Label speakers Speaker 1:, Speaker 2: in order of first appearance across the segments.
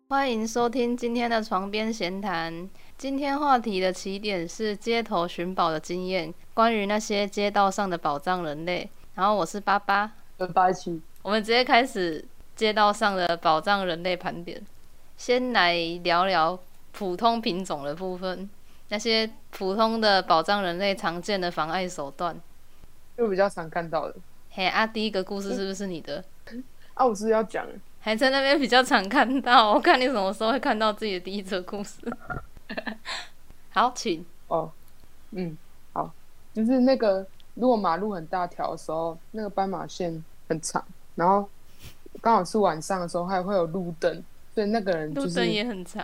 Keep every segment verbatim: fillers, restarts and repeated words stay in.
Speaker 1: 欢迎收听今天的床边闲谈。今天话题的起点是街头寻宝的经验，关于那些街道上的宝藏人类。然后我是八八，
Speaker 2: 我是八七。
Speaker 1: 我们直接开始街道上的宝藏人类盘点。先来聊聊普通品种的部分，那些普通的宝藏人类常见的妨碍手段，
Speaker 2: 就比较常看到的。
Speaker 1: 嘿啊，第一个故事是不是你的？
Speaker 2: 啊，我是不是要讲了，
Speaker 1: 还在那边比较常看到，我看你什么时候会看到自己的第一则故事。好，请。
Speaker 2: 哦，嗯，好，就是那个如果马路很大条的时候，那个斑马线很长，然后刚好是晚上的时候，还会有路灯，所以那个人就是
Speaker 1: 路灯也很长。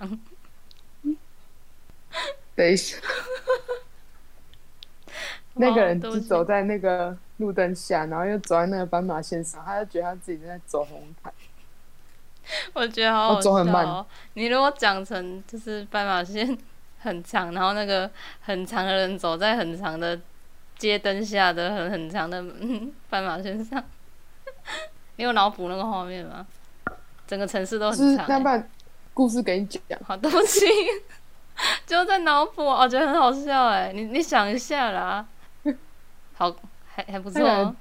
Speaker 2: 等一下，那个人
Speaker 1: 哦
Speaker 2: 就走在那个路灯下，然后又走在那个斑马线上，他就觉得他自己在走红毯。
Speaker 1: 我觉得好好笑、哦、
Speaker 2: 走很慢。
Speaker 1: 你如果讲成就是斑马线很长，然后那个很长的人走在很长的街灯下的很很长的、嗯、斑马线上，你有脑补那个画面吗？整个城市都很长、欸。
Speaker 2: 就是那把故事给你讲。
Speaker 1: 好，对不起，就在脑补，我觉得很好笑哎、欸。你你想一下啦，好，还还不错、哦。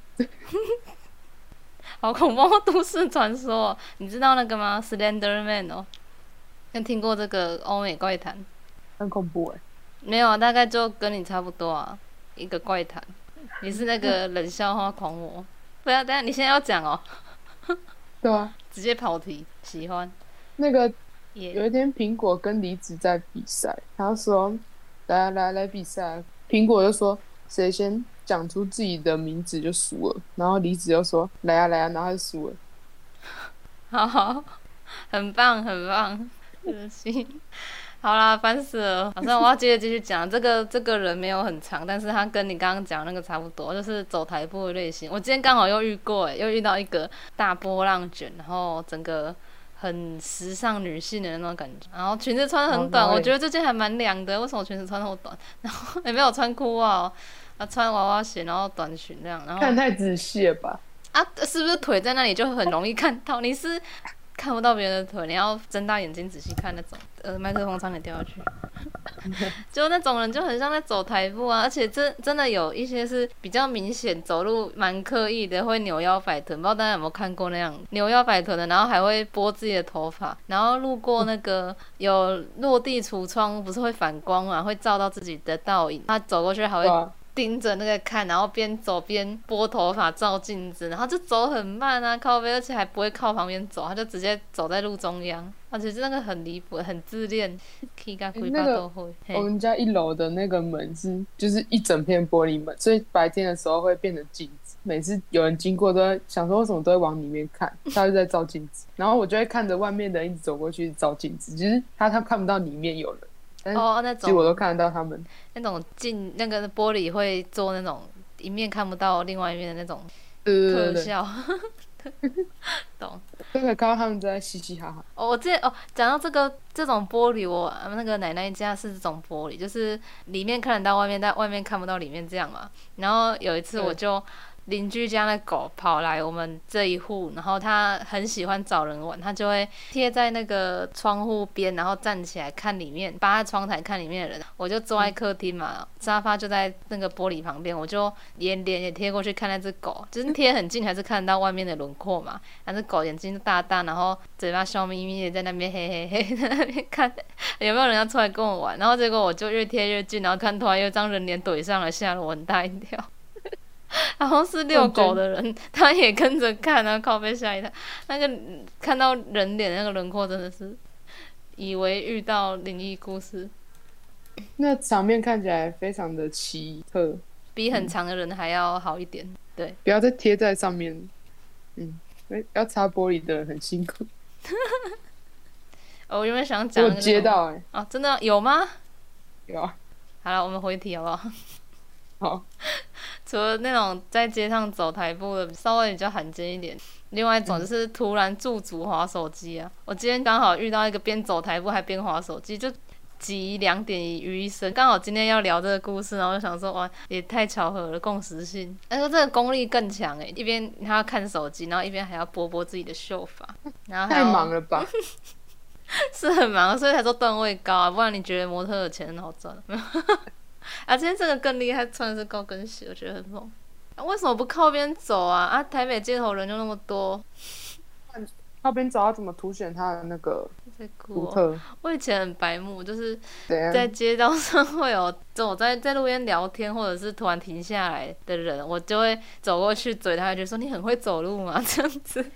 Speaker 1: 好恐怖都市传说，你知道那个吗 ？Slender Man 哦，有听过这个欧美怪谈？
Speaker 2: 很恐怖哎。
Speaker 1: 没有，大概就跟你差不多啊，一个怪谈。你是那个冷笑话狂魔，不要，等一下你现在要讲哦。
Speaker 2: 对啊，
Speaker 1: 直接跑题，喜欢。
Speaker 2: 那个
Speaker 1: Yeah.
Speaker 2: 有一天，苹果跟梨子在比赛，他说：“来来来比赛。”苹果就说：“谁先讲出自己的名字就输了。”然后梨子就说：“来啊来啊！”然后他就输了。
Speaker 1: 好好，很棒很棒，恶心。好啦，烦死了。好像我要接着继续讲，这个这个人没有很长，但是他跟你刚刚讲那个差不多，就是走台步的类型。我今天刚好又遇过，哎，又遇到一个大波浪卷，然后整个很时尚女性的那种感觉，然后裙子穿很短，我觉得这件还蛮凉的。为什么裙子穿那么短？然后也没有穿裤袜哦，啊，穿娃娃鞋，然后短裙这样，然后
Speaker 2: 看太仔细了吧？
Speaker 1: 啊，是不是腿在那里就很容易看到？你是看不到别人的腿，你要睁大眼睛仔细看那种。呃，麦克风差点掉下去。就那种人就很像在走台步啊，而且真真的有一些是比较明显走路蛮刻意的，会扭腰摆臀，不知道大家有没有看过那样扭腰摆臀的，然后还会拨自己的头发，然后路过那个有落地橱窗，不是会反光嘛，会照到自己的倒影，他走过去还会盯着那个看，然后边走边拨头发照镜子，然后就走很慢啊，靠背，而且还不会靠旁边走，他就直接走在路中央，而且是那个很离谱，很自恋，气到鬼巴都会。
Speaker 2: 我们家一楼的那个门是就是一整片玻璃门，所以白天的时候会变成镜子。每次有人经过都会想说为什么都会往里面看，他就在照镜子，然后我就会看着外面的人一直走过去照镜子，其实他他看不到里面有人。
Speaker 1: 哦，那种
Speaker 2: 其实我都看得到他们
Speaker 1: 那种镜那个玻璃会做那种一面看不到另外一面的那种特效，
Speaker 2: 对对对对
Speaker 1: 懂？
Speaker 2: 就可以看到他们在嘻嘻哈哈。
Speaker 1: 哦，我之前哦讲到这个这种玻璃，我那个奶奶家是这种玻璃，就是里面看得到外面，但外面看不到里面这样嘛。然后有一次我就。邻居家的狗跑来我们这一户，然后它很喜欢找人玩，它就会贴在那个窗户边，然后站起来看里面，扒在窗台看里面的人。我就坐在客厅嘛，沙发就在那个玻璃旁边，我就连脸也贴过去看那只狗，就是贴很近还是看得到外面的轮廓嘛。那只狗眼睛大大，然后嘴巴笑眯眯的在那边嘿嘿嘿在那边看有没有人要出来跟我玩，然后结果我就越贴越近，然后看突然有一张人脸怼上来，吓了我很大一跳。然后是遛狗的人，他也跟着看啊，靠背吓一跳。那个看到人脸那个轮廓，真的是以为遇到灵异故事。
Speaker 2: 那场面看起来非常的奇特，
Speaker 1: 比很长的人还要好一点。嗯、对，
Speaker 2: 不要再贴在上面。嗯，要擦玻璃的人很辛苦。
Speaker 1: 哦、我原本想讲、那個，
Speaker 2: 我接到哎、欸，
Speaker 1: 啊，真的有吗？
Speaker 2: 有啊。
Speaker 1: 好了，我们回题好不好？
Speaker 2: 好。
Speaker 1: 除了那种在街上走台步的稍微比较罕见一点，另外一种就是突然驻足滑手机啊、嗯！我今天刚好遇到一个边走台步还边滑手机，就集两点于一身。刚好今天要聊这个故事，然后就想说哇，也太巧合了，共识性。而且这个功力更强哎，一边他要看手机，然后一边还要拨拨自己的秀发，然后还
Speaker 2: 太忙了吧？
Speaker 1: 是很忙，所以才说段位高啊，不然你觉得模特的钱很好赚没有？啊，今天这个更厉害，穿的是高跟鞋，我觉得很猛。啊、为什么不靠边走啊？啊，台北街头人就那么多，
Speaker 2: 靠边走要怎么凸显他的那个
Speaker 1: 在哭哦。
Speaker 2: 独特？
Speaker 1: 我以前很白目，就是
Speaker 2: 怎样？
Speaker 1: 在街道上会有走在在路边聊天，或者是突然停下来的人，我就会走过去嘴他一句说：“你很会走路吗？”这样子。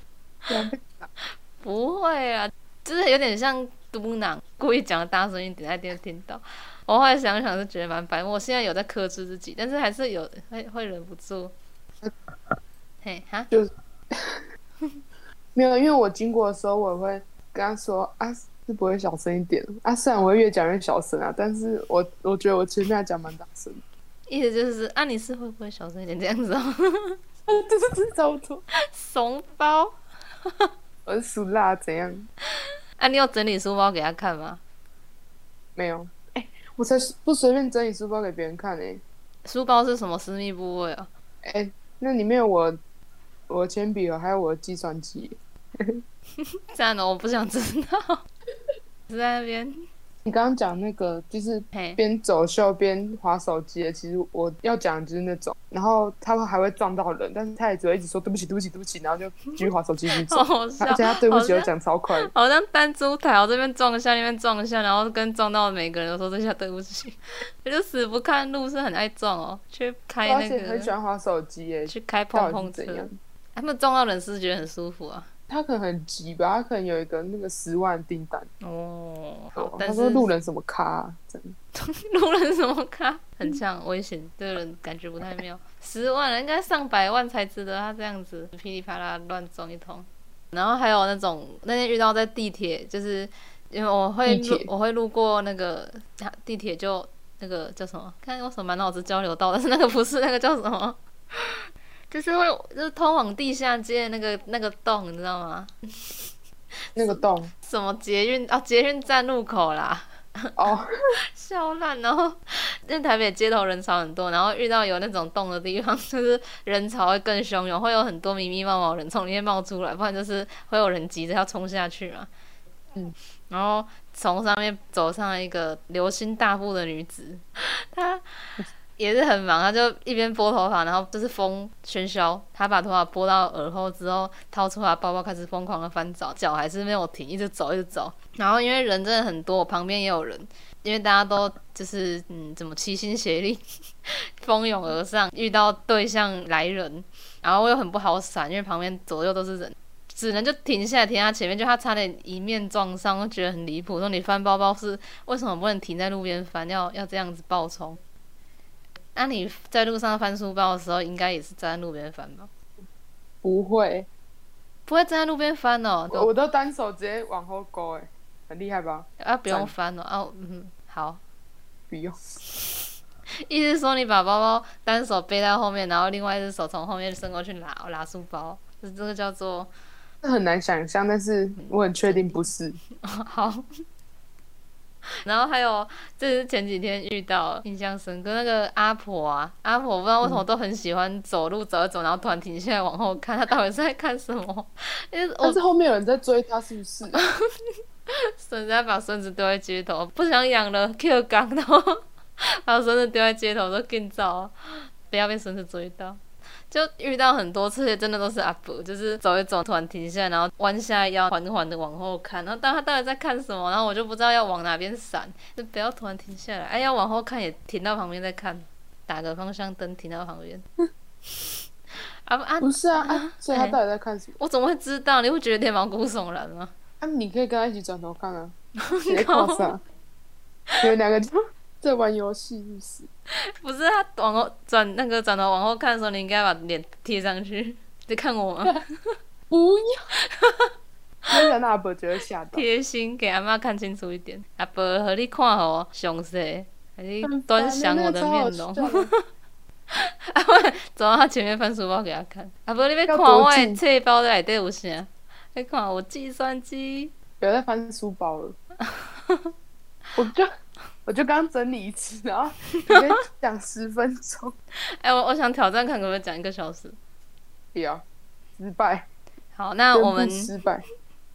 Speaker 1: 不会啊，就是有点像嘟囔，故意讲的大声一点，他一定会听到。我后来想想是觉得蛮白目，我现在有在克制自己，但是还是有会会忍不住。嘿哈，
Speaker 2: 就没有，因为我经过的时候，我会跟他说啊，是不会小声一点啊。虽然我会越讲越小声啊，但是我我觉得我前面讲蛮大声的。
Speaker 1: 意思就是啊，你是会不会小声一点这样子哦？
Speaker 2: 这是这差不多。
Speaker 1: 怂包。
Speaker 2: 我是属辣怎样？
Speaker 1: 啊，你有整理书包给他看吗？
Speaker 2: 没有。哎、欸，我才不随便整理书包给别人看哎、欸。
Speaker 1: 书包是什么私密部位啊？
Speaker 2: 哎、欸，那里面有我我的铅笔盒，还有我的计算机。
Speaker 1: 这样的我不想知道。在那边。
Speaker 2: 你刚刚讲那个就是边走秀边滑手机的，其实我要讲的就是那种，然后他还会撞到人，但是他也只会一直说对不起对不起对不起，然后就继续滑手机继续走。
Speaker 1: 好笑，
Speaker 2: 而且他对不起又讲超快，
Speaker 1: 好像弹珠台，我这边撞一下那边撞一下，然后跟撞到的每个人都说这下对不起。我就死不看路，是很爱撞哦，去开那个，
Speaker 2: 而且很喜欢滑手机耶，
Speaker 1: 去开碰碰车。他们撞到人是觉得很舒服啊。
Speaker 2: 他可能很急吧，他可能有一个那个十万订单
Speaker 1: 哦。好，
Speaker 2: 他说路人什么咖、啊，真
Speaker 1: 的。路人什么咖，很像危险，这个人感觉不太妙。十万人应该上百万才值得他这样子噼里啪啦乱撞一通。然后还有那种那天遇到在地铁，就是因为我会路我会路过那个地铁，就那个叫什么？看为什么满脑子交流道，但是那个不是那个叫什么？就是会，就是通往地下街的那个那个洞，你知道吗？
Speaker 2: 那个洞
Speaker 1: 什么捷运啊？捷运站入口啦。
Speaker 2: 哦，
Speaker 1: 笑烂。然后因为台北街头人潮很多，然后遇到有那种洞的地方，就是人潮会更汹涌，会有很多迷迷冒冒人从里面冒出来，不然就是会有人急着要冲下去嘛。
Speaker 2: 嗯。
Speaker 1: 然后从上面走上一个流星大步的女子，她。也是很忙，他就一边拨头发，然后就是风喧嚣，他把头发拨到耳后之后，掏出他包包开始疯狂的翻找，脚还是没有停，一直走一直走。然后因为人真的很多，我旁边也有人，因为大家都就是嗯怎么齐心协力，蜂拥而上，遇到对向来人，然后我又很不好闪，因为旁边左右都是人，只能就停下来停他前面，就他差点一面撞上，我觉得很离谱。说你翻包包是为什么不能停在路边翻，要要这样子爆冲？那、啊、你在路上翻书包的时候，应该也是站在路边翻吧？
Speaker 2: 不会，
Speaker 1: 不会站在路边翻哦。
Speaker 2: 我, 我都单手直接往后勾，哎，很厉害吧？
Speaker 1: 啊，不用翻哦。啊，嗯，好，
Speaker 2: 不用。
Speaker 1: 意思是说你把包包单手背在后面，然后另外一只手从后面伸过去拿拿书包，这这个叫做……
Speaker 2: 这很难想象，但是我很确定不是。
Speaker 1: 好。然后还有，这是前几天遇到印象深刻那个阿婆啊，阿婆不知道为什么都很喜欢走路走一走，然后突然停下来往后看，她到底是在看什么？因为
Speaker 2: 但是后面有人在追她，是不是？
Speaker 1: 孙子把孙子丢在街头，不想养了 ，Q 刚，然后把孙子丢在街头，说更糟，不要被孙子追到。就遇到很多次，真的都是阿伯，就是走一走，突然停下来，然后弯下腰，缓缓的往后看，然后当他到底在看什么，然后我就不知道要往哪边闪，就不要突然停下来，哎，要往后看也停到旁边再看，打个方向灯停到旁边。啊啊，
Speaker 2: 不是啊啊，所以他到底在看什么？
Speaker 1: 我怎么会知道？你会觉得天毛骨悚然吗？
Speaker 2: 啊，你可以跟他一起转头看啊，直接靠上，你们两个就在玩游戏，是不是？
Speaker 1: 不是他往后转那个转头往后看的时候，你应该把脸贴上去，在看我吗？
Speaker 2: 不要，那阿伯就会吓到。
Speaker 1: 贴心给阿妈看清楚一点，阿伯和你看好详细，还是端详我的面容。阿伯走到他前面翻书包给他看，阿伯你要看我的册包在内底有啥？你看我计算机。
Speaker 2: 不要再翻书包了，我就。我就刚整理一次，然后你可以讲十分钟。
Speaker 1: 哎、欸，我我想挑战看可不可以讲一个小时。
Speaker 2: 不要，失败。
Speaker 1: 好，那我们
Speaker 2: 失败。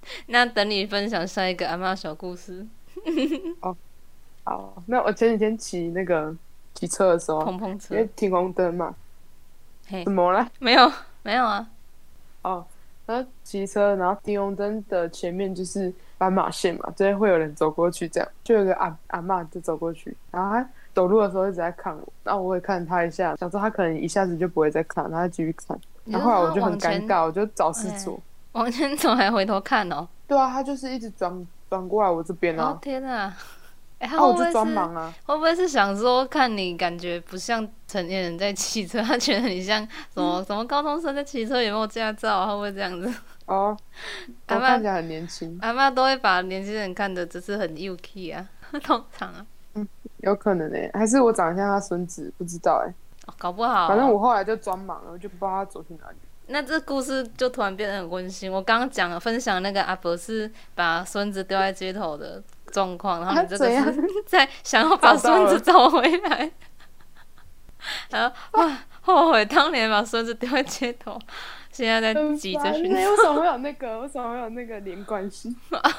Speaker 1: 那等你分享下一个阿嬷小故事。
Speaker 2: 哦，好，那我前几天骑那个骑车的时候，
Speaker 1: 碰碰车
Speaker 2: 因为停红灯嘛，
Speaker 1: 嘿，
Speaker 2: 怎么了？
Speaker 1: 没有没有啊，
Speaker 2: 哦，然后骑车，然后停红灯的前面就是斑马线嘛，就会有人走过去，这样就有个阿阿嬷就走过去，然后他走路的时候一直在看我，然后我也看他一下，想说他可能一下子就不会再看，然后他继续看，
Speaker 1: 你
Speaker 2: 然后后来我就很
Speaker 1: 往前
Speaker 2: 尴尬，我就找事做。
Speaker 1: 往前走还回头看哦。
Speaker 2: 对啊，他就是一直转转过来我这边
Speaker 1: 哦
Speaker 2: 啊，
Speaker 1: 天啊！哎、他
Speaker 2: 啊我就
Speaker 1: 会不会是、
Speaker 2: 装忙啊，
Speaker 1: 会不会是想说，看你感觉不像成年人在骑车，他觉得你像什么、什么高中生在骑车，有没有驾照？会不会这样子？
Speaker 2: 哦，我
Speaker 1: 阿嬷
Speaker 2: 看起来很年轻，
Speaker 1: 阿妈都会把年轻人看的只是很幼气啊，通常啊，
Speaker 2: 有可能诶、还是我长得像他孙子，不知道诶、
Speaker 1: 哦搞不好、
Speaker 2: 反正我后来就装忙了，我就不知道他走去哪里。
Speaker 1: 那这故事就突然变得很温馨。我刚刚讲了分享那个阿伯是把孙子丢在街头的状况，然后你这个
Speaker 2: 他
Speaker 1: 是在想要把孙子找回来，然后哇后悔当年把孙子丢在街头，现在在急着寻
Speaker 2: 为
Speaker 1: 找。
Speaker 2: 什么会有那个？为什么会有那个连贯性？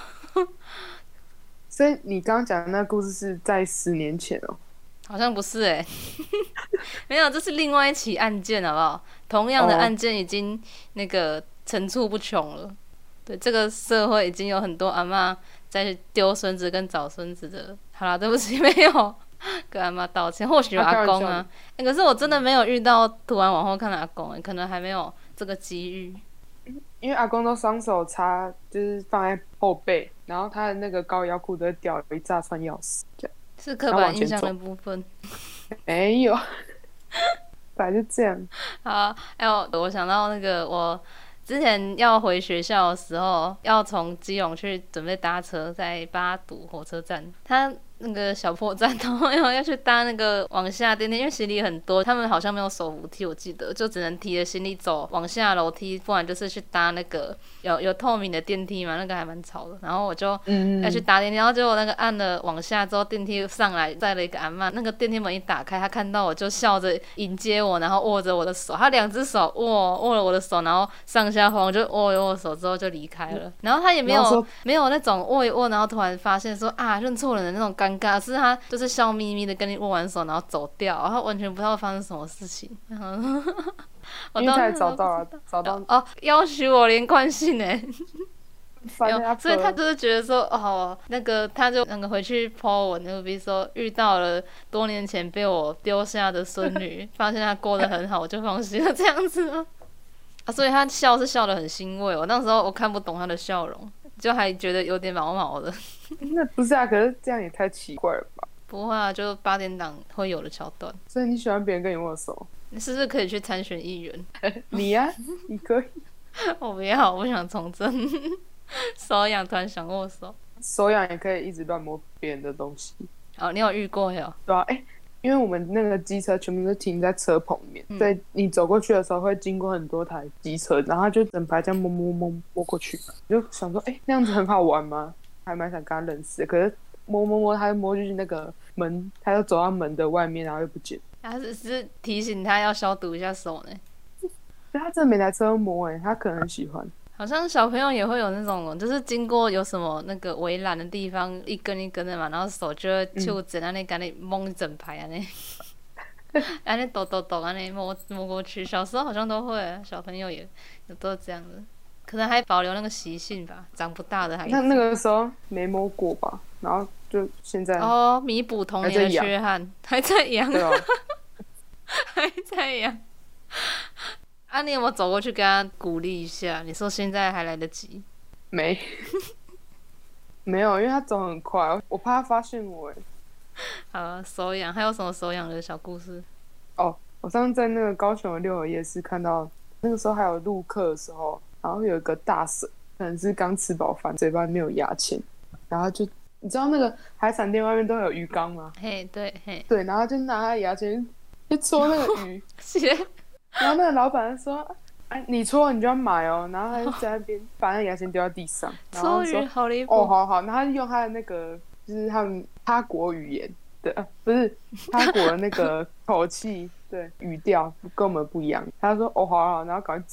Speaker 2: 所以你刚刚讲的那个故事是在十年前哦。
Speaker 1: 好像不是哎、欸，没有，这是另外一起案件，好不好？同样的案件已经那个层出不穷了。对，这个社会已经有很多阿嬷在丢孙子跟找孙子的。好啦，对不起，没有跟阿嬷道歉。或许有阿公啊、欸，可是我真的没有遇到突然往后看的阿公、欸，可能还没有这个机遇。
Speaker 2: 因为阿公都双手插，就是放在后背，然后他的那个高腰裤都会掉一大串钥匙，这样。
Speaker 1: 是刻板印象的部分。
Speaker 2: 没有，本来就这样。
Speaker 1: 好，哎、欸，我想到那个，我之前要回学校的时候，要从基隆去准备搭车，在八堵火车站，他那个小破站，然后要去搭那个往下电梯，因为行李很多，他们好像没有手扶梯，我记得就只能提着行李走往下楼梯，不然就是去搭那个有有透明的电梯嘛，那个还蛮吵的。然后我就要去搭电梯，然后结果那个按了往下之后，电梯上来载了一个阿嬷，那个电梯门一打开，他看到我就笑着迎接我，然后握着我的手，他两只手握握了我的手，然后上下晃就握一握手之后就离开了。然后他也没有没有那种握一握，然后突然发现说啊认错人的那种尴尬，是他就是笑眯眯的跟你握完手然后走掉，然后完全不知道发生什么事情。我
Speaker 2: 因为他也找到了，找到
Speaker 1: 哦，要许我连贯性哎。
Speaker 2: 有，
Speaker 1: 所以他就是觉得说，哦，那个他就那个回去 po 文，就比如说遇到了多年前被我丢下的孙女，发现她过得很好，我就放心了，这样子吗？啊，所以他笑是笑得很欣慰，我那时候我看不懂他的笑容，就还觉得有点毛毛的。
Speaker 2: 那不是啊，可是这样也太奇怪了吧？
Speaker 1: 不会啊，就八点档会有的桥段。
Speaker 2: 所以你喜欢别人跟你握手？
Speaker 1: 你是不是可以去参选议员？
Speaker 2: 你呀、啊，你可以。
Speaker 1: 我不要，我不想从政。手痒，突然想握手。
Speaker 2: 手痒也可以一直乱摸别人的东西。
Speaker 1: 哦，你有遇过哟？
Speaker 2: 对啊，哎、欸，因为我们那个机车全部都停在车棚里面，嗯、所以你走过去的时候会经过很多台机车，然后就整排这样摸摸摸摸过去，就想说，哎、欸，那样子很好玩吗？还蛮想跟他认识的，可是摸摸摸，他就摸进去那个门，他就走到门的外面，然后又不见。
Speaker 1: 他只是提醒他要消毒一下手呢。
Speaker 2: 所以他真的每台车都摸哎、欸，他可能很喜欢。
Speaker 1: 好像小朋友也会有那种，就是经过有什么那个围栏的地方，一根一根的嘛，然后手就会就整那里，赶紧摸一整排啊那，啊那抖抖抖啊那摸摸过去。小时候好像都会，小朋友也有都这样的，可能还保留那个习性吧。长不大的孩子，
Speaker 2: 那那个时候没摸过吧，然后就现在
Speaker 1: 哦，弥补童年的缺憾，还在养，
Speaker 2: 对哦，
Speaker 1: 还在养。啊，你有没有走过去跟他鼓励一下？你说现在还来得及？
Speaker 2: 没，没有，因为他走很快，我怕他发现我。
Speaker 1: 好啊，手痒，还有什么手痒的小故事？
Speaker 2: 哦，我上次在那个高雄的六合夜市看到，那个时候还有陆客的时候，然后有一个大婶，可能是刚吃饱饭，嘴巴里面有牙签，然后就你知道那个海产店外面都有鱼缸吗？
Speaker 1: 嘿，对，嘿，
Speaker 2: 对，然后就拿他的牙签去戳那个鱼。然后那个老板说：“哎，你戳你就要买哦。”然后他就在那边把那个牙签丢在地上，然后说：“
Speaker 1: 好离谱
Speaker 2: 哦，好好。”然后他就用他的那个，就是他们他国语言的，呃、不是他国的那个口气，对语调跟我们不一样。他说：“哦，好好。”然后赶快走。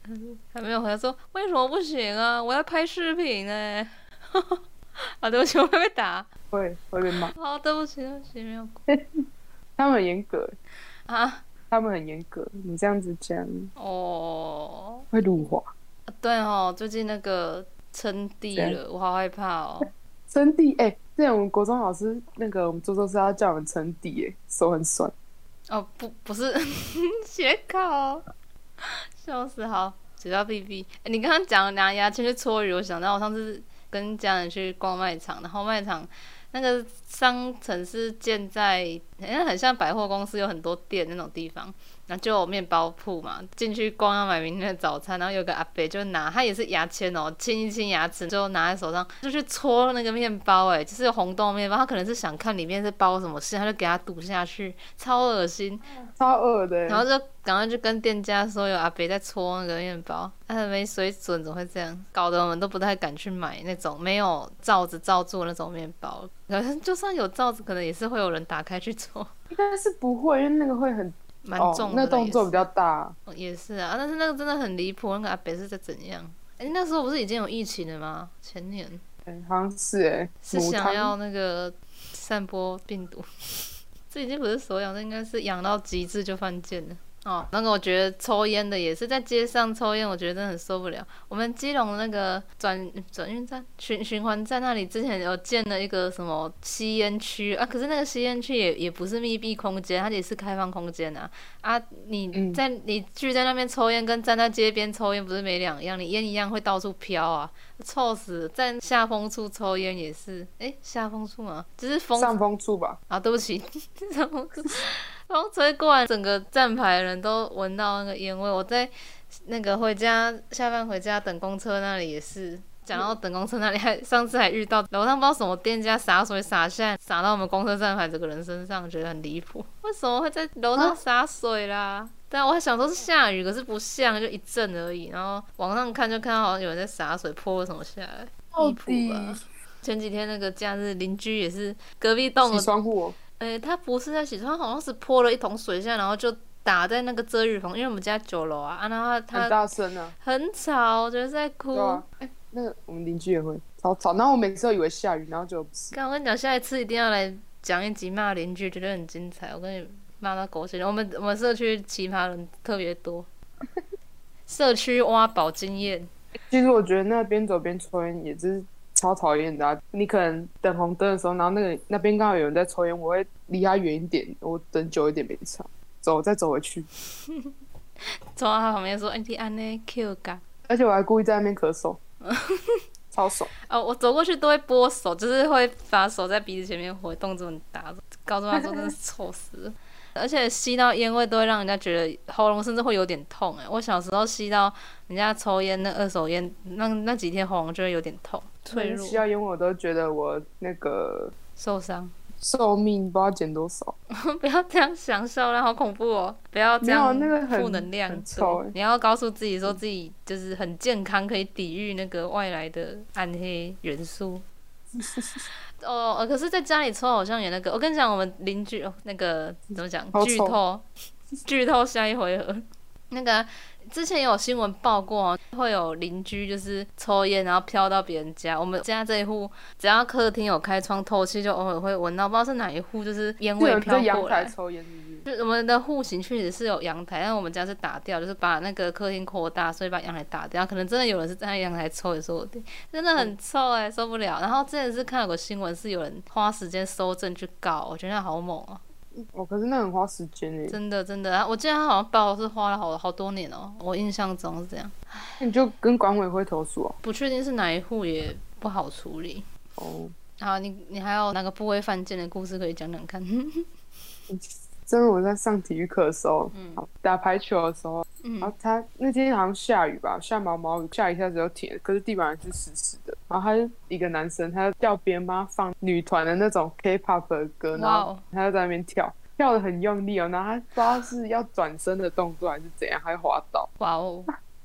Speaker 1: 还没有回答说为什么不行啊？我要拍视频哎、欸。啊，对不起，我会被打。
Speaker 2: 会会被骂。
Speaker 1: 好，对不起，对不起，没有。
Speaker 2: 他们很严格
Speaker 1: 啊，
Speaker 2: 他们很严格，你这样子讲
Speaker 1: 哦，
Speaker 2: 会辱华。
Speaker 1: 对哦，最近那个称帝了，我好害怕哦。
Speaker 2: 称帝哎，之前我们国中老师那个我们做做是要叫我们称帝哎，手很酸。
Speaker 1: 哦，不，不是写考，笑死！好，只要 B B。欸，你刚刚讲拿牙签去搓鱼，我想到我上次跟家人去逛卖场，然后卖场那个商城是建在，好像很像百货公司，有很多店那种地方。然后就有面包铺嘛，进去光要买明天的早餐，然后有个阿伯就拿，他也是牙签哦，清一清牙齿，就拿在手上就去搓那个面包，哎，就是红豆面包，他可能是想看里面是包什么馅，他就给他堵下去，超恶心，
Speaker 2: 超恶的。
Speaker 1: 然后就赶快就跟店家说有阿伯在搓那个面包，他没水准，怎么会这样？搞得我们都不太敢去买那种没有罩子罩住那种面包，就算有罩子，可能也是会有人打开去搓。
Speaker 2: 应该是不会，因为那个会很。
Speaker 1: 蛮重的，
Speaker 2: 哦，那动作比较大。
Speaker 1: 哦，也是啊，但是那个真的很离谱。那个阿北是在怎样？哎、欸，那时候不是已经有疫情了吗？前年，
Speaker 2: 欸、好像是哎、欸，
Speaker 1: 是想要那个散播病毒。这已经不是手痒，这应该是痒到极致就犯贱了。哦，那个我觉得抽烟的也是在街上抽烟，我觉得真的很受不了。我们基隆那个转转运站、循循环站那里之前有建了一个什么吸烟区啊，可是那个吸烟区也也不是密闭空间，它也是开放空间啊。啊，你在、嗯、你聚在那边抽烟，跟站在街边抽烟不是没两样，你烟一样会到处飘啊，臭死了！在下风处抽烟也是，哎，下风处吗？就是风
Speaker 2: 上风处吧？
Speaker 1: 啊，对不起，上风处。风吹过来，整个站牌的人都闻到那个烟味。我在那个回家下班回家等公车那里也是，讲到等公车那里还，还上次还遇到楼上不知道什么店家洒水洒下来，洒到我们公车站牌这个人身上，觉得很离谱。为什么会在楼上洒水啦？啊、但我还想说是下雨，可是不像，就一阵而已。然后网上看就看到好像有人在洒水，泼了什么下来，离谱吧？前几天那个假日，邻居也是隔壁栋的
Speaker 2: 洗窗户、哦。
Speaker 1: 诶、欸，他不是在洗窗，他好像是泼了一桶水下，然后就打在那个遮雨棚，因为我们家九楼啊，啊，然后他
Speaker 2: 很大声啊，
Speaker 1: 很吵，我觉得在哭。
Speaker 2: 对啊，哎、欸，那个我们邻居也会超吵，然后我每次都以为下雨，然后就不是。
Speaker 1: 刚我跟你讲，下一次一定要来讲一集骂邻居，觉得很精彩。我跟你骂到狗血，我们我们社区奇葩人特别多，社区挖宝经验。
Speaker 2: 其实我觉得那边走边抽烟也是。超讨厌的、啊！你可能等红灯的时候，然后那个那边刚好有人在抽烟，我会离他远一点，我等久一点没差，走再走回去，
Speaker 1: 走到他旁边说：“哎、欸，你安呢 Q 嘎。”
Speaker 2: 而且我还故意在那边咳嗽，超爽。
Speaker 1: 哦，我走过去都会拨手，就是会把手在鼻子前面挥，动作很大，告诉他说真的是臭死了。而且吸到烟味都会让人家觉得喉咙甚至会有点痛哎！我小时候吸到人家抽烟那二手烟，那那几天喉咙就会有点痛。脆弱。
Speaker 2: 吸到烟我都觉得我那个
Speaker 1: 受伤，
Speaker 2: 寿命不知道减多少。
Speaker 1: 不要这样想，笑了，好恐怖哦！不要这样负能量，
Speaker 2: 那个、很臭、欸。
Speaker 1: 你要告诉自己说自己就是很健康，可以抵御那个外来的暗黑元素。哦，可是在家里抽好像也那个，我跟你讲，我们邻居哦，那个怎么讲？剧透，剧透下一回合。那个之前也有新闻报过，会有邻居就是抽烟，然后飘到别人家。我们家这一户，只要客厅有开窗透气，就偶尔会闻到，不知道是哪一户，就是烟味飘过来。
Speaker 2: 在阳台抽烟是不是？
Speaker 1: 就我们的户型确实是有阳台，但我们家是打掉，就是把那个客厅扩大，所以把阳台打掉。可能真的有人是在阳台抽也说不定，真的很臭哎、欸，受不了。然后之前是看有个新闻，是有人花時間收證去告，我覺得好猛哦、喔。
Speaker 2: 哦，可是那很花时间诶。
Speaker 1: 真的真的，我记得他好像报是花了好好多年哦、喔，我印象中是这样。
Speaker 2: 你就跟管委会投诉哦。
Speaker 1: 不确定是哪一户，也不好处理。
Speaker 2: 哦。
Speaker 1: 好，你你还有哪个部位犯贱的故事可以讲讲看？
Speaker 2: 真的，我在上体育课的时候，嗯、打排球的时候，嗯、然后他那天好像下雨吧，下毛毛雨，下一下子就停，可是地板还是湿湿的。然后他就一个男生，他叫别人帮他放女团的那种 K-pop 的歌，然后他就在那边跳，跳得很用力哦。然后他不知道是要转身的动作还是怎样，还滑倒。
Speaker 1: 哇哦！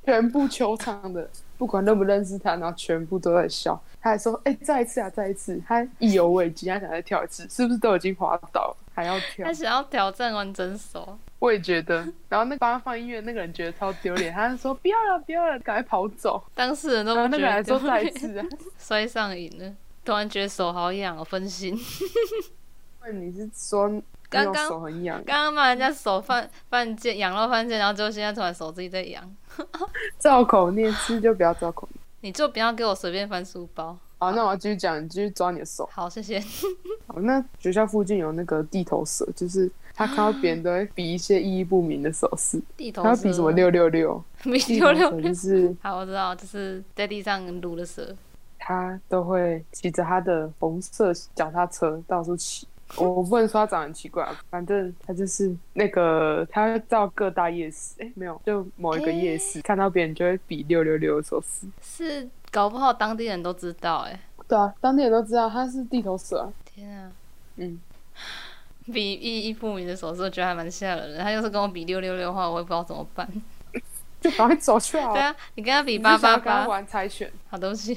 Speaker 2: 全部球场的不管认不认识他，然后全部都在笑。他还说：“哎、欸，再一次啊，再一次！”他意犹未尽，他想再跳一次，是不是都已经滑倒了，还要跳？
Speaker 1: 他想要挑战完整手。
Speaker 2: 我也觉得。然后那帮他放音乐那个人觉得超丢脸，他就说：“不要了，不要了，赶快跑走。”
Speaker 1: 当事人都不觉得
Speaker 2: 然后那个人还说再一次啊，
Speaker 1: 摔上瘾了，突然觉得手好痒哦，分心。
Speaker 2: 问你是说
Speaker 1: 刚刚
Speaker 2: 手很痒？
Speaker 1: 刚刚骂人家手犯犯贱，羊肉犯贱，然后之后现在突然手自己在痒。
Speaker 2: 照口念，吃就不要照口念。
Speaker 1: 你就不要给我随便翻书包。
Speaker 2: 好，那我要继续讲，你继续抓你的手。
Speaker 1: 好，谢谢。
Speaker 2: 好，那学校附近有那个地头蛇，就是他看到别人都会比一些意义不明的手势。
Speaker 1: 地头蛇。
Speaker 2: 他比什么六六六？
Speaker 1: 比六六
Speaker 2: 六就是。
Speaker 1: 好，我知道，就是在地上撸的蛇。
Speaker 2: 他都会骑着他的红色脚踏车到处骑。我不能说他长得很奇怪，反正他就是那个，他会到各大夜市，哎、欸，没有，就某一个夜市、欸、看到别人就会比六六六的手势。
Speaker 1: 是，搞不好当地人都知道、欸，哎。
Speaker 2: 对啊，当地人都知道他是地头蛇啊。
Speaker 1: 天啊，
Speaker 2: 嗯，
Speaker 1: 比意义不明的手势，我觉得还蛮吓人的。他要是跟我比六六六的话，我也不知道怎么办。
Speaker 2: 就赶快走去好了。
Speaker 1: 对啊，你跟他比八八八。
Speaker 2: 你跟他玩猜拳。
Speaker 1: 好东西。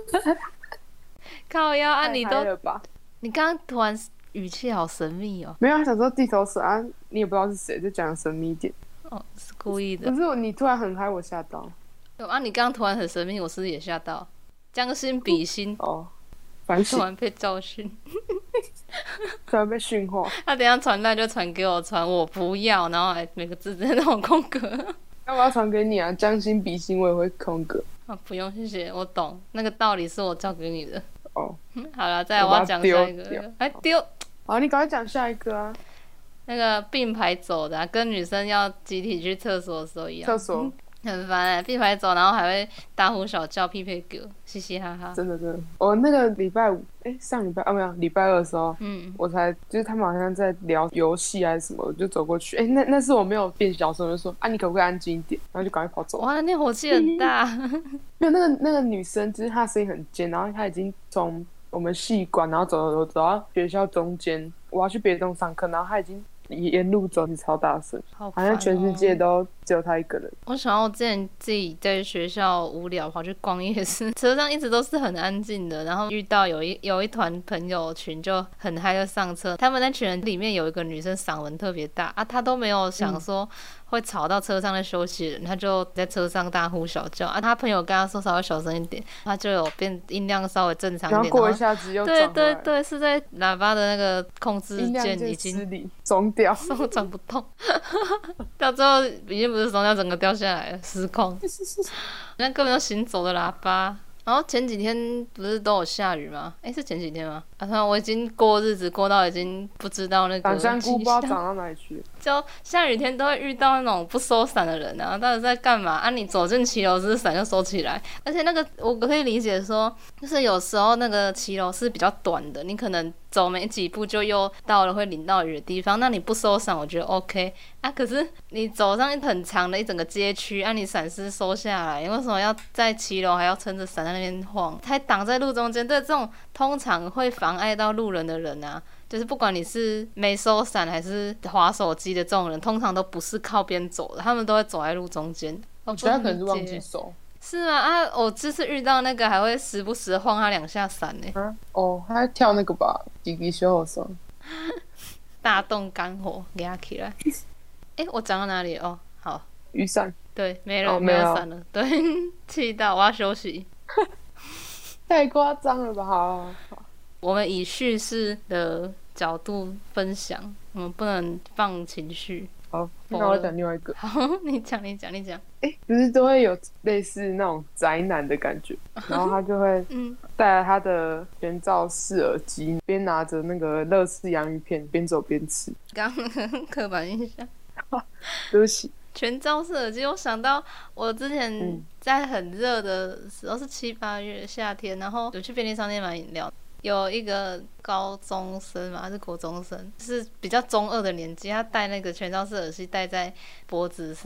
Speaker 1: 靠腰啊，你都，你刚刚突然。语气好神秘哦。
Speaker 2: 没有，想说地头蛇啊，你也不知道是谁，就讲神秘一点。
Speaker 1: 哦，是故意的。
Speaker 2: 可是你突然很嗨，我吓到。
Speaker 1: 啊，你刚刚突然很神秘，我是不是也吓到？将心比心。
Speaker 2: 哦，反省。
Speaker 1: 突然被教训。
Speaker 2: 突然被训话。
Speaker 1: 他等一下传单就传给我，传我不要，然后还每个字在那种空格。
Speaker 2: 那我要传给你啊，将心比心，我也会空格。
Speaker 1: 啊，不用，谢谢，我懂，那个道理是我教给你的。
Speaker 2: 哦。
Speaker 1: 好了，再来我要讲下一个。还丢。
Speaker 2: 好，你赶快讲下一个啊！
Speaker 1: 那个并排走的、啊，跟女生要集体去厕所的时候一样。
Speaker 2: 厕所、嗯、
Speaker 1: 很烦哎、欸，并排走，然后还会大呼小叫、屁屁狗，嘻嘻哈哈。
Speaker 2: 真的真的，我那个礼拜五，哎、欸，上礼拜啊没有，礼拜二的时候，嗯，我才就是他们好像在聊游戏还是什么，我就走过去，哎、欸，那那是我没有变小声，我就说啊，你可不可以安静一点？然后就赶快跑走。
Speaker 1: 哇，那火气很大。
Speaker 2: 没有，那个那个女生，就是她声音很尖，然后她已经从我们系馆，然后走走走走到学校中间，我要去别栋上课，然后他已经沿路走，你超大声，
Speaker 1: 好、哦，
Speaker 2: 好像全世界都只有他一个人。
Speaker 1: 我想到我之前自己在学校无聊跑去逛夜市，车上一直都是很安静的，然后遇到有一有一团朋友群就很嗨就上车，他们那群人里面有一个女生嗓门特别大啊，她都没有想说会吵到车上的休息人，她就在车上大呼小叫啊，她朋友跟她说稍微小声一点，她就有变音量稍微正常一点，
Speaker 2: 然后过一下子又
Speaker 1: 对对对，是在喇叭的那个控制键已经
Speaker 2: 松掉，
Speaker 1: 松转不动，到最后已经不是松掉，整个掉下来了，失控。那根本就行走的喇叭。然后前几天不是都有下雨吗？哎，是前几天吗？啊，我已经过日子过到已经不知道那个
Speaker 2: 百香菇不知道长到哪里去。
Speaker 1: 就下雨天都会遇到那种不收伞的人啊，到底在干嘛啊？你走进骑楼是伞就收起来，而且那个我可以理解说，就是有时候那个骑楼是比较短的，你可能走没几步就又到了会淋到雨的地方，那你不收伞我觉得 OK 啊。可是你走上很长的一整个街区，啊你伞是收下来，你为什么要在骑楼还要撑着伞在那边晃，还挡在路中间？对，这种通常会妨碍到路人的人啊，就是不管你是没收伞还是滑手机的这种人，通常都不是靠边走的，他们都会走在路中间。
Speaker 2: 我觉得他可能是忘记收。
Speaker 1: 是吗？啊，我这次遇到那个还会时不时晃他两下伞呢、欸。
Speaker 2: 啊，哦，他在跳那个吧，弟弟小火绳。
Speaker 1: 大动肝火，给他起来。哎、欸，我讲到哪里？哦，好，
Speaker 2: 雨伞。
Speaker 1: 对，没了，
Speaker 2: 哦、
Speaker 1: 没有伞了。对，气到我要休息。
Speaker 2: 太夸张了吧！好，好，
Speaker 1: 我们以叙事的角度分享，我们不能放情绪。
Speaker 2: 好，那我讲另外一个。
Speaker 1: 好，你讲，你讲，你讲。
Speaker 2: 哎、欸，不是都会有类似那种宅男的感觉，然后他就会戴着他的全罩式耳机，边拿着那个乐事洋芋片，边走边吃。
Speaker 1: 刚刚刻板印象，
Speaker 2: 对不起。
Speaker 1: 全罩式耳机，我想到我之前在很热的时候，是七八月夏天，然后有去便利商店买饮料。有一个高中生嘛，还是国中生，是比较中二的年纪，他戴那个全罩式耳机戴在脖子上，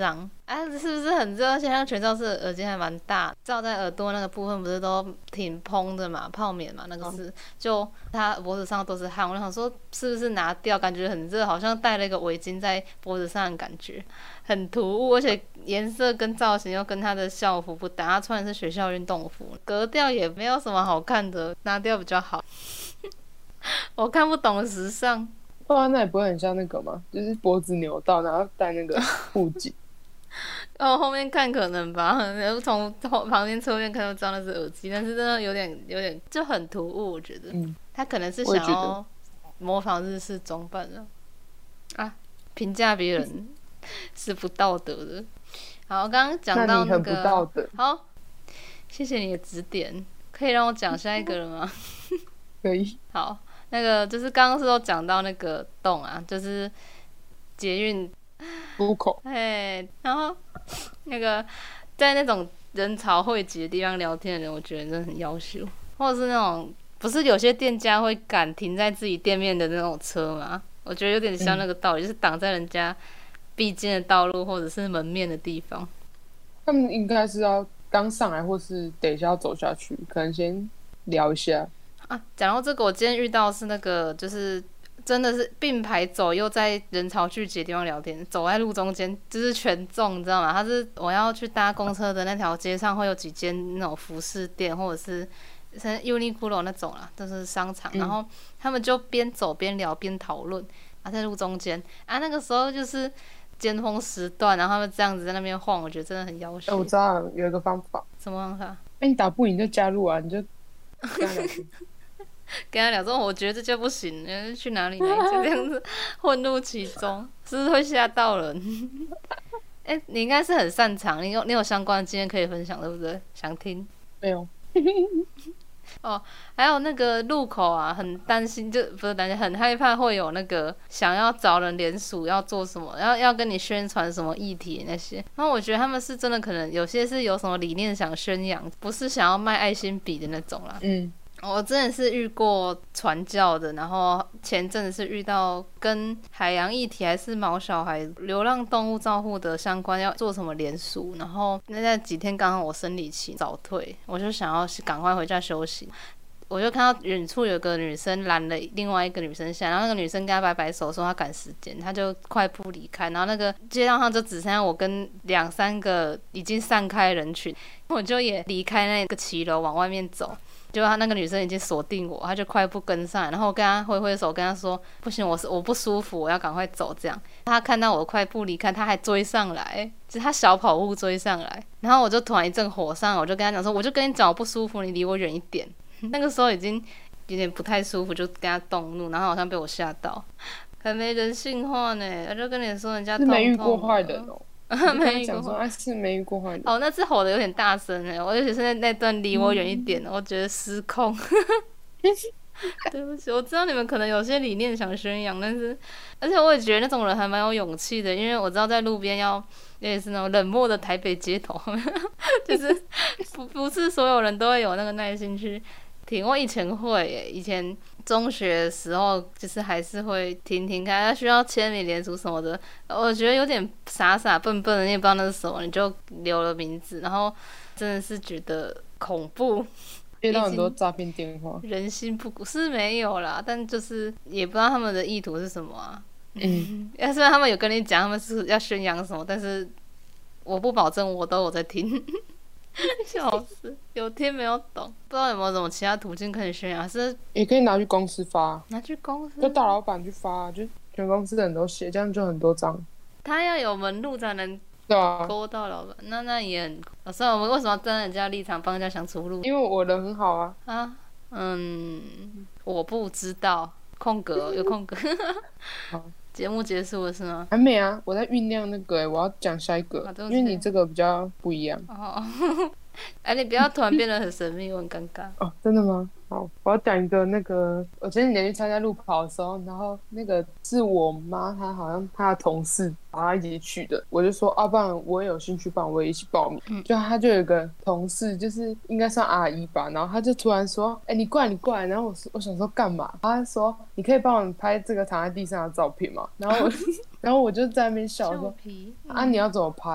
Speaker 1: 啊，是不是很热？而且它全罩式的耳机还蛮大，罩在耳朵那个部分不是都挺蓬的嘛，泡棉嘛，那个是，就它脖子上都是汗。我想说是不是拿掉，感觉很热，好像戴了一个围巾在脖子上的感觉，很突兀，而且颜色跟造型又跟它的校服不搭，它穿的是学校运动服，格调也没有什么好看的，拿掉比较好。我看不懂时尚。
Speaker 2: 对啊，那也不会很像那个吗？就是脖子扭到，然后戴那个护颈。
Speaker 1: 哦，后面看可能吧，从旁边侧面看就知道那是耳机，但是真的有点有点就很突兀，我觉得。嗯，他可能是想要模仿日式装扮的啊，评价别人是不道德的。好，刚刚讲到那个，
Speaker 2: 那你很不道德。
Speaker 1: 好，谢谢你的指点，可以让我讲下一个了吗？
Speaker 2: 可以。
Speaker 1: 好，那个就是刚刚是都讲到那个洞啊，就是捷运。
Speaker 2: 出口，
Speaker 1: 哎，然后那个在那种人潮汇集的地方聊天的人，我觉得真的很夭寿。或者是那种不是有些店家会赶停在自己店面的那种车吗？我觉得有点像那个道理，嗯、就是挡在人家必经的道路或者是门面的地方。
Speaker 2: 他们应该是要刚上来，或是等一下要走下去，可能先聊一下
Speaker 1: 啊。讲到这个，我今天遇到的是那个就是。真的是并排走，又在人潮聚集的地方聊天，走在路中间，就是全中，你知道吗？他是我要去搭公车的那条街上，会有几间那种服饰店，或者是像 Uniqlo 那种啦，就是商场。嗯、然后他们就边走边聊边讨论啊，在路中间啊，那个时候就是尖峰时段，然后他们这样子在那边晃，我觉得真的很夭寿。
Speaker 2: 欸、我知道有一个方法，
Speaker 1: 什么方法？
Speaker 2: 哎、欸，你打不赢就加入啊，你就跟他聊天。
Speaker 1: 跟他聊说，我觉得这就不行，去哪里哪里就这样子混入其中，是不是会吓到人？哎、欸，你应该是很擅长，你有你有相关的经验可以分享，对不对？想听？
Speaker 2: 没有。
Speaker 1: 哦，还有那个路口啊，很担心，就不是担心，很害怕会有那个想要找人联署要做什么，要要跟你宣传什么议题那些。然后我觉得他们是真的，可能有些是有什么理念想宣扬，不是想要卖爱心笔的那种啦。嗯。我真的是遇过传教的，然后前阵子是遇到跟海洋议题还是毛小孩、流浪动物照护的相关要做什么联署，然后那几天刚好我生理期早退，我就想要赶快回家休息，我就看到远处有个女生拦了另外一个女生下，然后那个女生跟她摆摆手说她赶时间，她就快步离开，然后那个街道上就只剩下我跟两三个已经散开人群，我就也离开那个骑楼往外面走。结果他那个女生已经锁定我，她就快步跟上来，然后我跟她挥挥手，跟她说不行，我是我不舒服，我要赶快走。这样，她看到我快步离开，她还追上来，就是她小跑步追上来，然后我就突然一阵火上，我就跟她讲说，我就跟你讲我不舒服，你离我远一点。那个时候已经有点不太舒服，就跟她动怒，然后好像被我吓到，很没人性化呢。我就跟你说人家痛痛
Speaker 2: 是没遇过坏人哦。
Speaker 1: 没遇过，
Speaker 2: 啊是没遇过坏人。
Speaker 1: 哦，那次吼的有点大声哎，我尤其是那那段离我远一点，嗯、我觉得失控。对不起，我知道你们可能有些理念想宣扬，但是，而且我也觉得那种人还蛮有勇气的，因为我知道在路边要也是那种冷漠的台北街头，就是不不是所有人都会有那个耐心去听。我以前会耶，以前中学的时候就是还是会听听看，他需要签名联署什么的，我觉得有点傻傻笨笨的，你也不知道那是什么，你就留了名字，然后真的是觉得恐怖。
Speaker 2: 接到很多诈骗电话，
Speaker 1: 人心不古是没有啦，但就是也不知道他们的意图是什么啊。嗯，虽然他们有跟你讲他们是要宣扬什么，但是我不保证我都有在听。笑死，有听没有懂，不知道有没有什么其他途径可以宣扬，是
Speaker 2: 也可以拿去公司发，
Speaker 1: 拿去公司，
Speaker 2: 就大老板去发，就全公司的人都写，这样就很多张。
Speaker 1: 他要有门路才能。
Speaker 2: 对啊，
Speaker 1: 勾到老板，那那也很。老师，我们为什么要站在人家立场帮人家想出路？
Speaker 2: 因为我人很好啊。
Speaker 1: 啊，嗯，我不知道，空格有空格。好，节目结束了是吗？
Speaker 2: 还没啊，我在酝酿那个、欸，我要讲下一个、啊，因为你这个比较不一样。
Speaker 1: 哦，哎，你不要突然变得很神秘，我很尴尬。
Speaker 2: 哦，真的吗？好，我要讲一个那个，我前几年去参加路跑的时候，然后那个是我妈，她好像她的同事把她一起去的，我就说啊，不然我也有兴趣，不然我也一起报名。嗯、就她就有一个同事，就是应该算阿姨吧，然后她就突然说，哎、欸，你过来，你过来，然后我我想说干嘛？她说你可以帮我拍这个躺在地上的照片吗？然后我然后我就在那边笑说，啊，你要怎么拍？然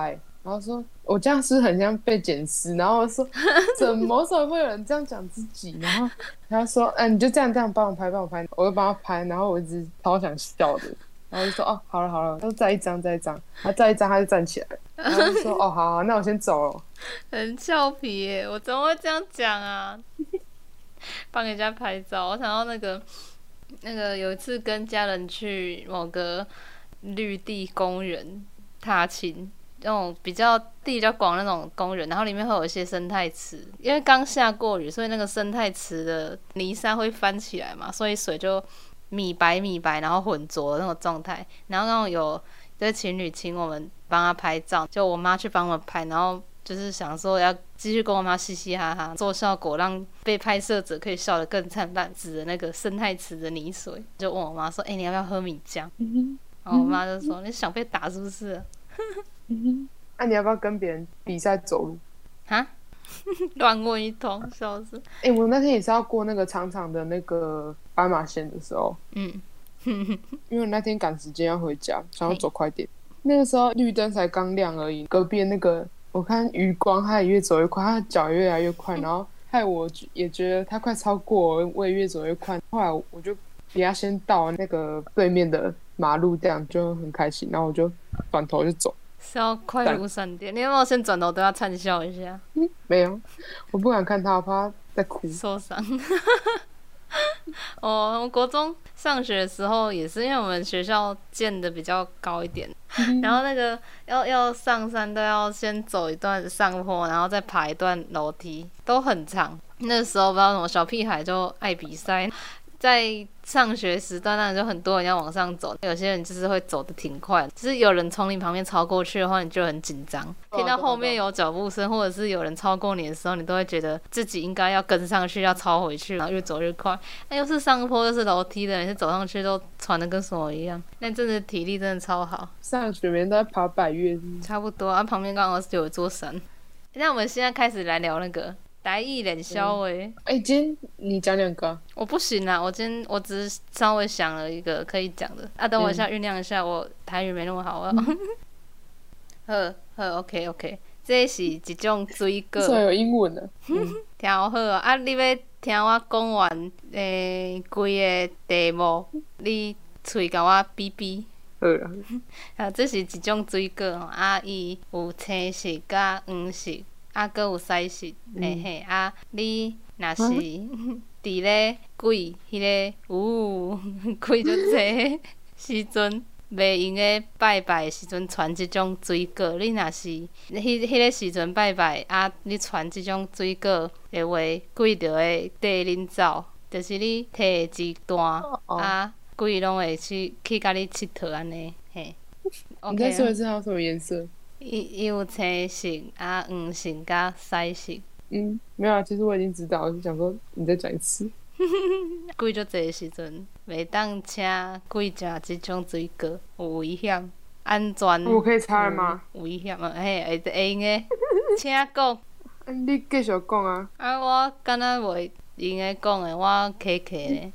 Speaker 2: 然后说我这样是不是很像被检视，然后我说怎么怎么会有人这样讲自己，然后他说哎、啊、你就这样这样帮我拍帮我拍，我就帮他拍，然后我一直超想笑的，然后就说哦好了好了，他说再一张再一张，他再一张他就站起来，然后就说哦好好那我先走了。
Speaker 1: 很俏皮耶，我怎么会这样讲啊？帮人家拍照，我想到那个那个有一次跟家人去某个绿地公园踏青，那种比较地比较广那种公园，然后里面会有一些生态池，因为刚下过雨，所以那个生态池的泥沙会翻起来嘛，所以水就米白米白，然后浑浊的那种状态。然后刚好有对情侣请我们帮他拍照，就我妈去帮我们拍，然后就是想说要继续跟我妈嘻嘻哈哈做效果，让被拍摄者可以笑得更灿烂，指着那个生态池的泥水，就问我妈说：“哎、欸，你要不要喝米浆？”然后我妈就说：“你想被打是不是、啊？”
Speaker 2: 那、啊、你要不要跟别人比赛走路？
Speaker 1: 哈，乱问一通，笑死！
Speaker 2: 哎、欸，我那天也是要过那个长长的那个斑马线的时候，嗯，因为我那天赶时间要回家，想要走快点。那个时候绿灯才刚亮而已，隔壁的那个我看余光，他也越走越快，他的脚也越来越快，然后害我也觉得他快超过我，我也越走越快。后来我就比他先到那个对面的马路，这样就很开心，然后我就转头就走。
Speaker 1: 是要快如闪电，你有没有先转头都要灿笑一下？
Speaker 2: 嗯，没有，我不敢看他，我怕他在哭，
Speaker 1: 受伤。哦，我国中上学的时候也是，因为我们学校建的比较高一点，嗯、然后那个要要上山都要先走一段上坡，然后再爬一段楼梯，都很长。那时候不知道什么小屁孩就爱比赛。在上学时段，当然就很多人要往上走，有些人就是会走得挺快，就是有人从你旁边超过去的话，你就很紧张。听到后面有脚步声，或者是有人超过你的时候，你都会觉得自己应该要跟上去，要超回去，然后越走越快。那又是上坡又是楼梯的，每次走上去都喘得跟什么一样。那真的体力真的超好。
Speaker 2: 上学每天都在爬百岳，
Speaker 1: 差不多啊。旁边刚好是有一座山。那我们现在开始来聊那个。台语练肖诶，
Speaker 2: 哎、欸，今天你讲两个，
Speaker 1: 我不行啊，我今天我只是稍微想了一个可以讲的啊，等我一下酝酿一下，我台语没那么好啊。好好 ，OK OK， 这是一种水果。
Speaker 2: 这有英文的，
Speaker 1: 嗯、听好啊！你要听我讲完诶，规个题目，你喙甲我比比。
Speaker 2: 好啦，
Speaker 1: 啊，这是一种水果吼，啊，伊有青色甲黄色。啊，搁有西式，嘿嘿、嗯、啊！你若是伫咧鬼迄个呜鬼足济时阵，袂用个拜拜的时阵传即种水果，你若是迄迄个时阵拜拜啊，你传即种水果的话，鬼就会缀恁走，就是你摕一段、哦哦、啊，鬼拢会去去甲你佚佗安尼，嘿。
Speaker 2: 你再说一次，它有什么颜色？
Speaker 1: 伊有青色啊、黄色甲西色。
Speaker 2: 嗯，没有啊，其实我已经知道，我是想说你再讲一次。
Speaker 1: 鬼足济时阵，袂当请鬼食即种水果，有危险，安全。
Speaker 2: 我可以猜了吗？
Speaker 1: 有危险啊，嘿，会会用诶，请讲。
Speaker 2: 你继续讲啊。
Speaker 1: 啊，我敢若袂用诶讲诶，我客客咧。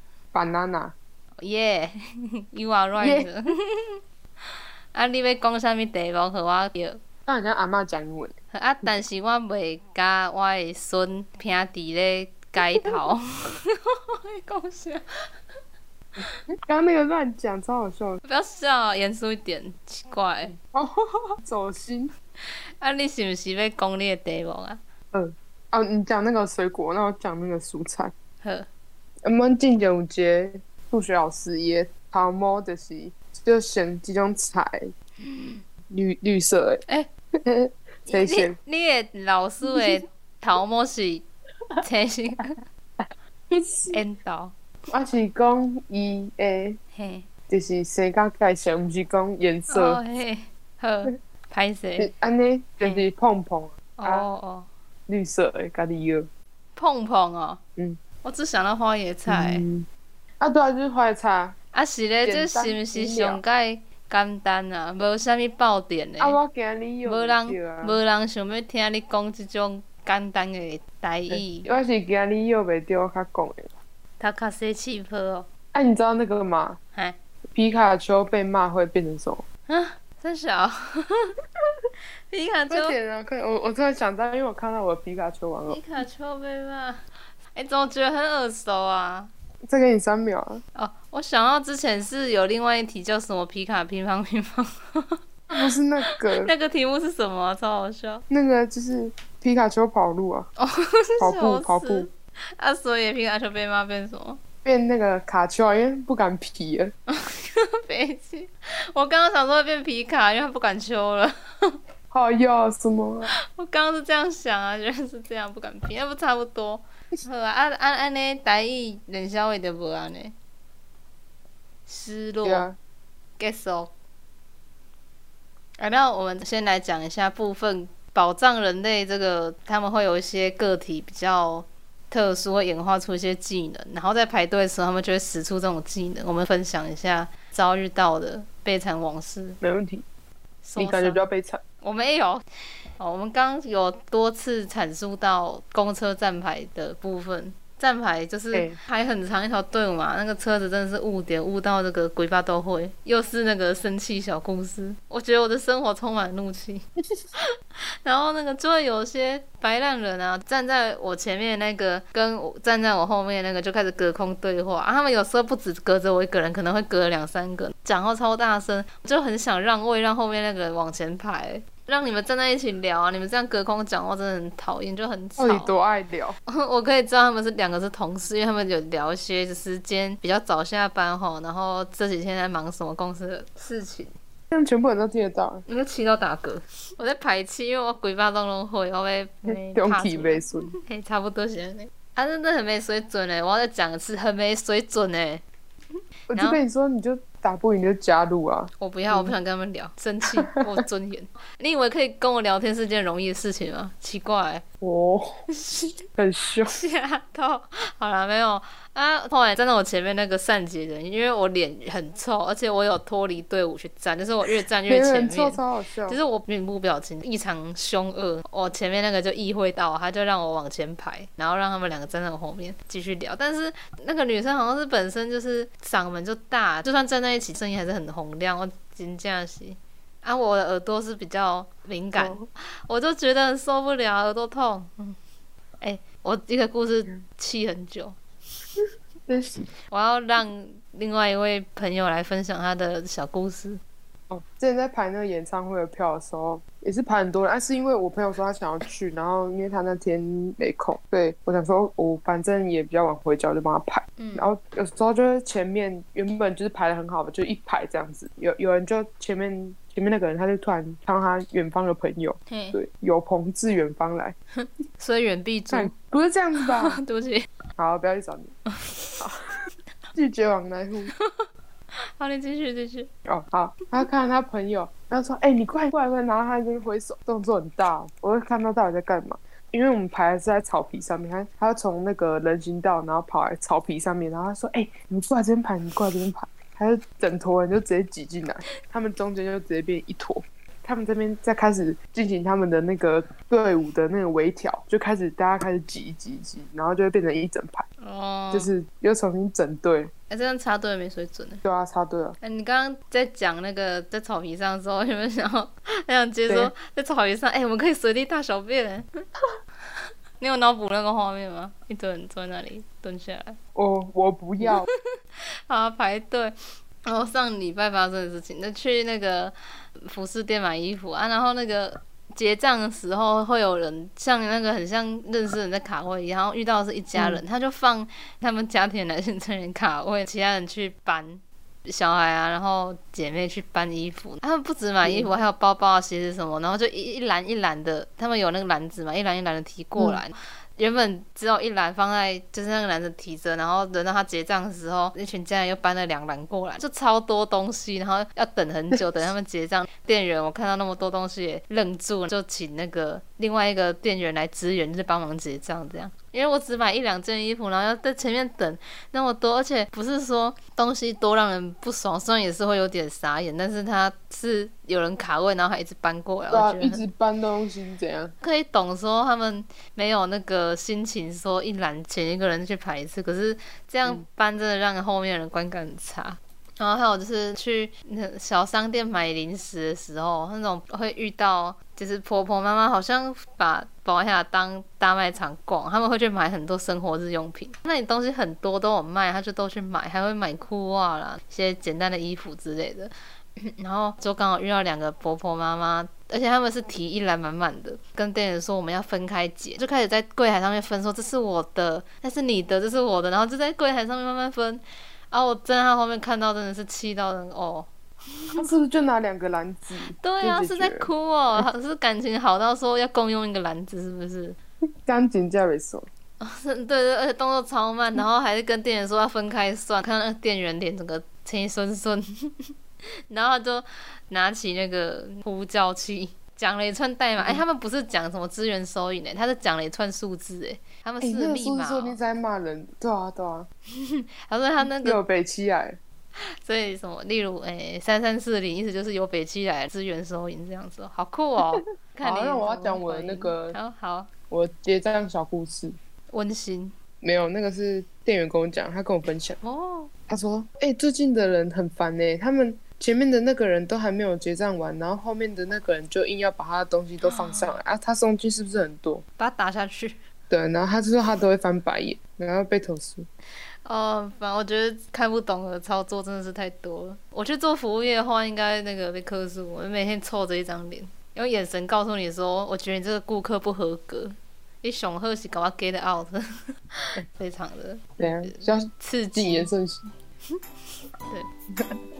Speaker 2: banana。
Speaker 1: Yeah, you are right. Yeah. 啊！你要讲啥物题目？互我叫。
Speaker 2: 那人家阿嬷讲英文。
Speaker 1: 啊！但是我袂甲我的孙兄弟咧改头。讲啥？
Speaker 2: 刚刚那个乱讲，超好笑的。
Speaker 1: 不要笑，严肃一点，奇怪。
Speaker 2: 哦，走心。
Speaker 1: 啊！你是毋是要讲你的题目啊？
Speaker 2: 嗯。哦，你讲那个水果，那我讲那个蔬菜。
Speaker 1: 好。
Speaker 2: 我们之前有一个数学老师伊的头毛就是。就选这种菜，绿绿色的。哎、欸，青色。
Speaker 1: 你的老师的头毛是青色，烟斗。
Speaker 2: 我是讲伊的，就是生甲介绍，毋是讲颜色。
Speaker 1: 哦嘿，好，歹势。
Speaker 2: 安尼就是碰碰。
Speaker 1: 哦哦。
Speaker 2: 绿色的，咖喱油。
Speaker 1: 碰碰哦。
Speaker 2: 嗯。
Speaker 1: 我只想到花椰菜。
Speaker 2: 嗯。啊，对啊，就是花椰菜。
Speaker 1: 啊是咧，这是毋是上介简单啊？无啥物爆点诶。
Speaker 2: 啊，我惊你用。无
Speaker 1: 人，无人想要听你讲即种简单诶台语。
Speaker 2: 我是惊你用袂着我较讲诶。
Speaker 1: 他卡西气泡哦。
Speaker 2: 哎、啊，你知道那个吗？
Speaker 1: 哎。
Speaker 2: 皮卡丘被骂会变成什么？
Speaker 1: 啊，真小。 皮卡丘，
Speaker 2: 快点啊！快点！我我突然想到，因为我看到我的皮卡丘玩偶
Speaker 1: 皮，卡丘被骂，哎、怎么觉得很耳熟啊？
Speaker 2: 再给你三秒啊！
Speaker 1: 哦，我想到之前是有另外一题叫什么皮卡乒乓乒乓，
Speaker 2: 不是那个，
Speaker 1: 那个题目是什么啊、超好笑。
Speaker 2: 那个就是皮卡丘跑路啊，
Speaker 1: 哦，
Speaker 2: 跑
Speaker 1: 笑死
Speaker 2: 步跑步，
Speaker 1: 啊，所以皮卡丘被骂变什么？
Speaker 2: 变那个卡丘啊，因为不敢皮了。
Speaker 1: 飞机。我刚刚想说会变皮卡，因为他不敢丘了。
Speaker 2: 好哟，什么啊？
Speaker 1: 我刚刚是这样想啊，觉得是这样不敢皮，那不差不多。好啊，啊啊安尼台语练小话就无安尼，失落、
Speaker 2: 对啊，
Speaker 1: 结束。啊，那我们先来讲一下部分保障人类这个，他们会有一些个体比较特殊，会演化出一些技能，然后在排队的时候，他们就会使出这种技能。我们分享一下遭遇到的悲惨往事。
Speaker 2: 没问题。
Speaker 1: 受
Speaker 2: 你感觉
Speaker 1: 伤
Speaker 2: 比较悲惨。
Speaker 1: 我没有。哦，我们刚有多次阐述到公车站牌的部分，站牌就是
Speaker 2: 欸
Speaker 1: 排很长一条队伍嘛，那个车子真的是误点误到这个鬼巴都会，又是那个生气小故事。我觉得我的生活充满怒气。然后那个就会有些白烂人啊，站在我前面那个跟我站在我后面那个就开始隔空对话啊，他们有时候不止隔着我一个人，可能会隔两三个，讲话超大声，我就很想让位让后面那个人往前排。让你们站在一起聊啊！你们这样隔空讲话真的很讨厌，就很吵。
Speaker 2: 到底多爱聊？
Speaker 1: 我可以知道他们是两个是同事，因为他们有聊一些就是今天比较早下班吼，然后这几天在忙什么公司的事情。
Speaker 2: 这样全部人都听得到。
Speaker 1: 那个气到打嗝，我在排气，因为我鬼巴东东会，我被被
Speaker 2: 中
Speaker 1: 拍出来
Speaker 2: 体没顺。
Speaker 1: 嘿，差不多是安尼。啊，真的很没水准哎！我要再讲一次，很没水准哎！
Speaker 2: 我就跟你说，你就打不赢就加入啊！
Speaker 1: 我不要，我不想跟他们聊，生气，我有尊严。你以为可以跟我聊天是件容易的事情吗？奇怪、欸，
Speaker 2: 哦，很凶。
Speaker 1: 吓到。好啦，没有啊。后来站在我前面那个善解人意，因为我脸很臭，而且我有脱离队伍去站，就是我越站越前面，
Speaker 2: 臭超好笑。
Speaker 1: 就是我面部表情异常凶恶。我前面那个就意会到，他就让我往前排，然后让他们两个站在我后面继续聊。但是那个女生好像是本身就是嗓门就大，就算站在一起，声音还是很洪亮。我真的是。啊，我的耳朵是比较敏感，哦、我就觉得很受不了，耳朵痛。嗯，哎、欸，我一个故事气很久，我要让另外一位朋友来分享他的小故事。
Speaker 2: 哦，之前在排那个演唱会的票的时候，也是排很多人，但、啊、是因为我朋友说他想要去，然后因为他那天没空，对我想说，我反正也比较晚回家，我就帮他排。嗯，然后有时候就是前面原本就是排的很好的，就一排这样子，有有人就前面前面那个人，他就突然看到他远方的朋友，对，有朋自远方来，
Speaker 1: 所以远必诛，
Speaker 2: 不是这样子吧？
Speaker 1: 对不起，
Speaker 2: 好，不要去找你，好，拒绝往来户。
Speaker 1: 好，你继续继续。
Speaker 2: 哦，好，他看到他朋友，他说：“哎、欸，你过来过来过来！”然后他就挥手，动作很大、哦。我会看到到底在干嘛，因为我们排的是在草皮上面，他他从那个人行道，然后跑来草皮上面，然后他说：“哎、欸，你过来这边排，你过来这边排。”他就整坨人就直接挤进来，他们中间就直接变一坨。他们这边再开始进行他们的那个队伍的那个微调，就开始大家开始挤挤挤，然后就会变成一整排，哦，就是又重新整队。
Speaker 1: 哎、欸，这样插队没水准呢。
Speaker 2: 对啊，插队了。
Speaker 1: 哎、欸，你刚刚在讲那个在草皮上的时候，有没有想要很想接说在草皮上？哎、欸，我们可以随地大小便。你有脑补那个画面吗？一堆人坐在那里蹲下来。
Speaker 2: 我我不要。
Speaker 1: 好，排队。然后上礼拜发生的事情，就去那个服饰店买衣服啊，然后那个结账的时候会有人像那个很像认识人在卡位一样，然后遇到的是一家人，嗯、他就放他们家庭来先成员卡位，其他人去搬小孩啊，然后姐妹去搬衣服，他们不止买衣服，嗯、还有包包啊、鞋子什么，然后就一一篮一篮的，他们有那个篮子嘛，一篮一篮的提过来。嗯，原本只有一篮放在就是那个男的提着，然后等到他结账的时候，那群家人又搬了两篮过来，就超多东西，然后要等很久，等他们结账。店员我看到那么多东西也愣住，就请那个另外一个店员来支援，就是帮忙结账这样。因为我只买一两件衣服，然后要在前面等那么多，而且不是说东西多让人不爽，虽然也是会有点傻眼，但是他是有人卡位，然后还一直搬过来，
Speaker 2: 对啊，
Speaker 1: 我觉得
Speaker 2: 一直搬东西怎样？
Speaker 1: 可以懂说他们没有那个心情说一篮请一个人去排一次，可是这样搬真的让后面的人观感很差。然后还有就是去小商店买零食的时候，那种会遇到就是婆婆妈妈好像把保雅当大卖场逛，他们会去买很多生活日用品，那里东西很多都有卖，他就都去买，还会买裤袜啦，一些简单的衣服之类的。然后就刚好遇到两个婆婆妈妈，而且他们是提一篮满满的，跟店员说我们要分开结，就开始在柜台上面分，说这是我的，那是你的，这是我的，然后就在柜台上面慢慢分。然后我站在他后面看到，真的是气到人哦。
Speaker 2: 他是不是就拿两个篮子？
Speaker 1: 对啊，是在哭哦，是感情好到说要共用一个篮子，是不是？
Speaker 2: 刚紧架没手。
Speaker 1: 对对，而且动作超慢，然后还是跟店员说要分开算，看到那个店员脸整个青酸酸。然后他就拿起那个呼叫器，讲了一串代码。哎、嗯欸，他们不是讲什么资源收银诶，他是讲了一串数字诶，他们是密码、喔。哎、欸，那个
Speaker 2: 说你在骂人，对啊对啊。
Speaker 1: 他说他那个
Speaker 2: 有北七来，
Speaker 1: 所以什么，例如诶三三四零，意思就是有北七来资源收银这样子，好酷哦。看你
Speaker 2: 好，那我要讲我的那个，
Speaker 1: 好好，
Speaker 2: 我结账小故事，
Speaker 1: 温馨。
Speaker 2: 没有，那个是店员跟我讲，他跟我分享。哦，他说，哎、欸，最近的人很烦哎，他们前面的那个人都还没有结账完，然后后面的那个人就硬要把他的东西都放上来啊，他送去是不是很多？
Speaker 1: 把他打下去。
Speaker 2: 对，然后他就说他都会翻白眼，然后被投诉。
Speaker 1: 哦，反正我觉得看不懂的操作真的是太多了。我去做服务业的话，应该那个被客诉，我每天臭着一张脸，用眼神告诉你说，我觉得你这个顾客不合格。你上好是给我 get out， 非常的
Speaker 2: 对啊，像
Speaker 1: 刺激，
Speaker 2: 谨言慎行。
Speaker 1: 对。